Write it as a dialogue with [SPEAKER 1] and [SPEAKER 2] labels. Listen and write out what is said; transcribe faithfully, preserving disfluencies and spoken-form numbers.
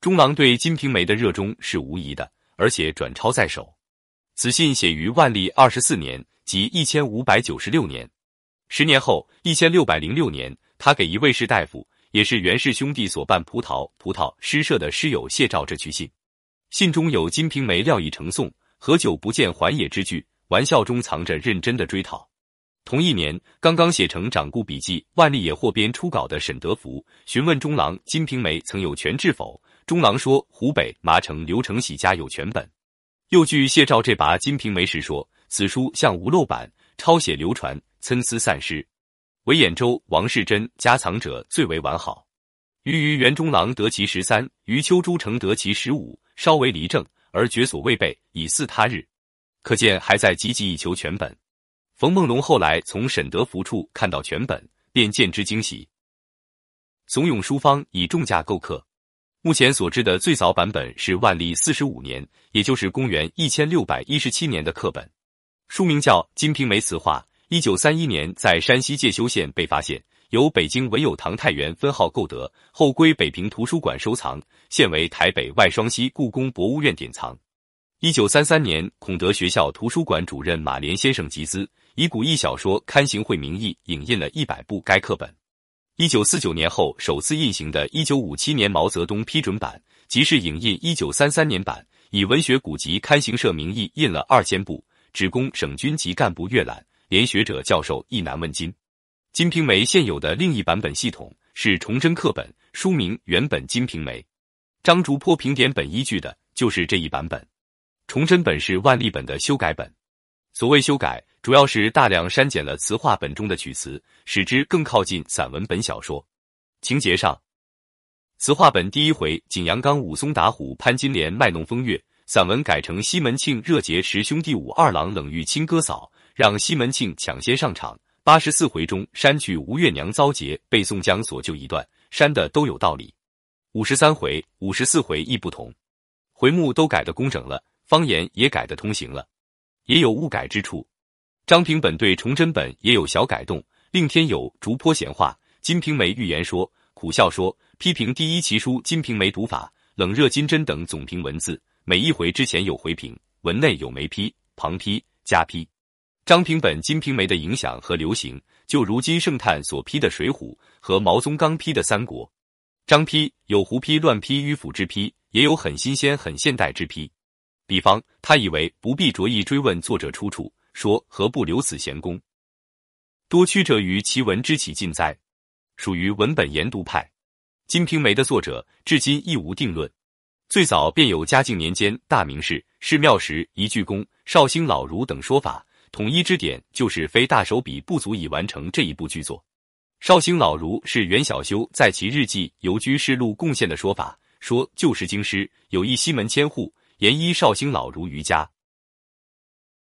[SPEAKER 1] 中郎对《金瓶梅》的热衷是无疑的，而且转抄在手。此信写于万历二十四年，即一千五百九十六年。十年后，一千六百零六年，他给一位士大夫，也是袁氏兄弟所办葡萄葡萄诗社的诗友谢照这去信。信中有《金瓶梅》料已成诵，何久不见还也之句，玩笑中藏着认真的追讨。同一年，刚刚写成掌故笔记，万历也获编初稿的沈德福询问中郎《金瓶梅》曾有全制否？中郎说湖北麻城刘承喜家有全本。又据谢照这拔《金瓶梅》时说，此书像无漏版，抄写流传，参差散失，唯兖州王世贞家藏者最为完好。余于袁中郎得其十三，余邱诸成得其十五，稍为离正，而绝所未备，以祀他日。可见还在积极以求全本。冯梦龙后来从沈德福处看到全本，便见之惊喜，怂恿书坊以重价购刻。目前所知的最早版本是万历四十五年，也就是公元一千六百一十七年的刻本，书名叫《金瓶梅词话》，一九三一年在山西介休县被发现，由北京文友堂太原分号购得，后归北平图书馆收藏，现为台北外双溪故宫博物院典藏。一九三三年，孔德学校图书馆主任马连先生集资，以古意小说刊行会名义影印了一百部该课本。一九四九年后首次印行的一九五七年毛泽东批准版，即是影印一九三三年版，以文学古籍刊行社名义印了二千部，只供省军级干部阅览，连学者教授亦难问津。金瓶梅现有的另一版本系统是崇祯课本，书名原本金瓶梅。张竹坡评点本依据的就是这一版本。崇祯本是万历本的修改本，所谓修改，主要是大量删减了词话本中的曲词，使之更靠近散文本小说。情节上，词话本第一回景阳冈武松打虎，潘金莲卖弄风月，散文改成西门庆热结识兄弟武二郎冷遇亲哥嫂，让西门庆抢先上场。八十四回中删去吴月娘遭劫被宋江所救一段，删的都有道理。五十三回、五十四回亦不同，回目都改得工整了，方言也改得通行了，也有误改之处。张平本对崇祯本也有小改动，另添有竹坡闲话、金瓶梅寓言说、苦笑说、批评第一奇书《金瓶梅》读法、冷热金针等总评文字，每一回之前有回评，文内有眉批、旁批、加批。张平本《金瓶梅》的影响和流行，就如今圣叹所批的《水浒》和毛宗刚批的《三国》。张批有胡批、乱批、迂腐之批，也有很新鲜、很现代之批。比方，他以为不必着意追问作者出处，说何不留此闲工，多曲折于其文之起尽哉，属于文本研读派。《金瓶梅》的作者至今亦无定论，最早便有嘉靖年间大名士、释妙时、宜居公、绍兴老儒等说法，统一之点就是非大手笔不足以完成这一部巨作。绍兴老儒是袁小修在其日记《游居士录》贡献的说法，说旧时京师有一西门千户，言依绍兴老儒于家，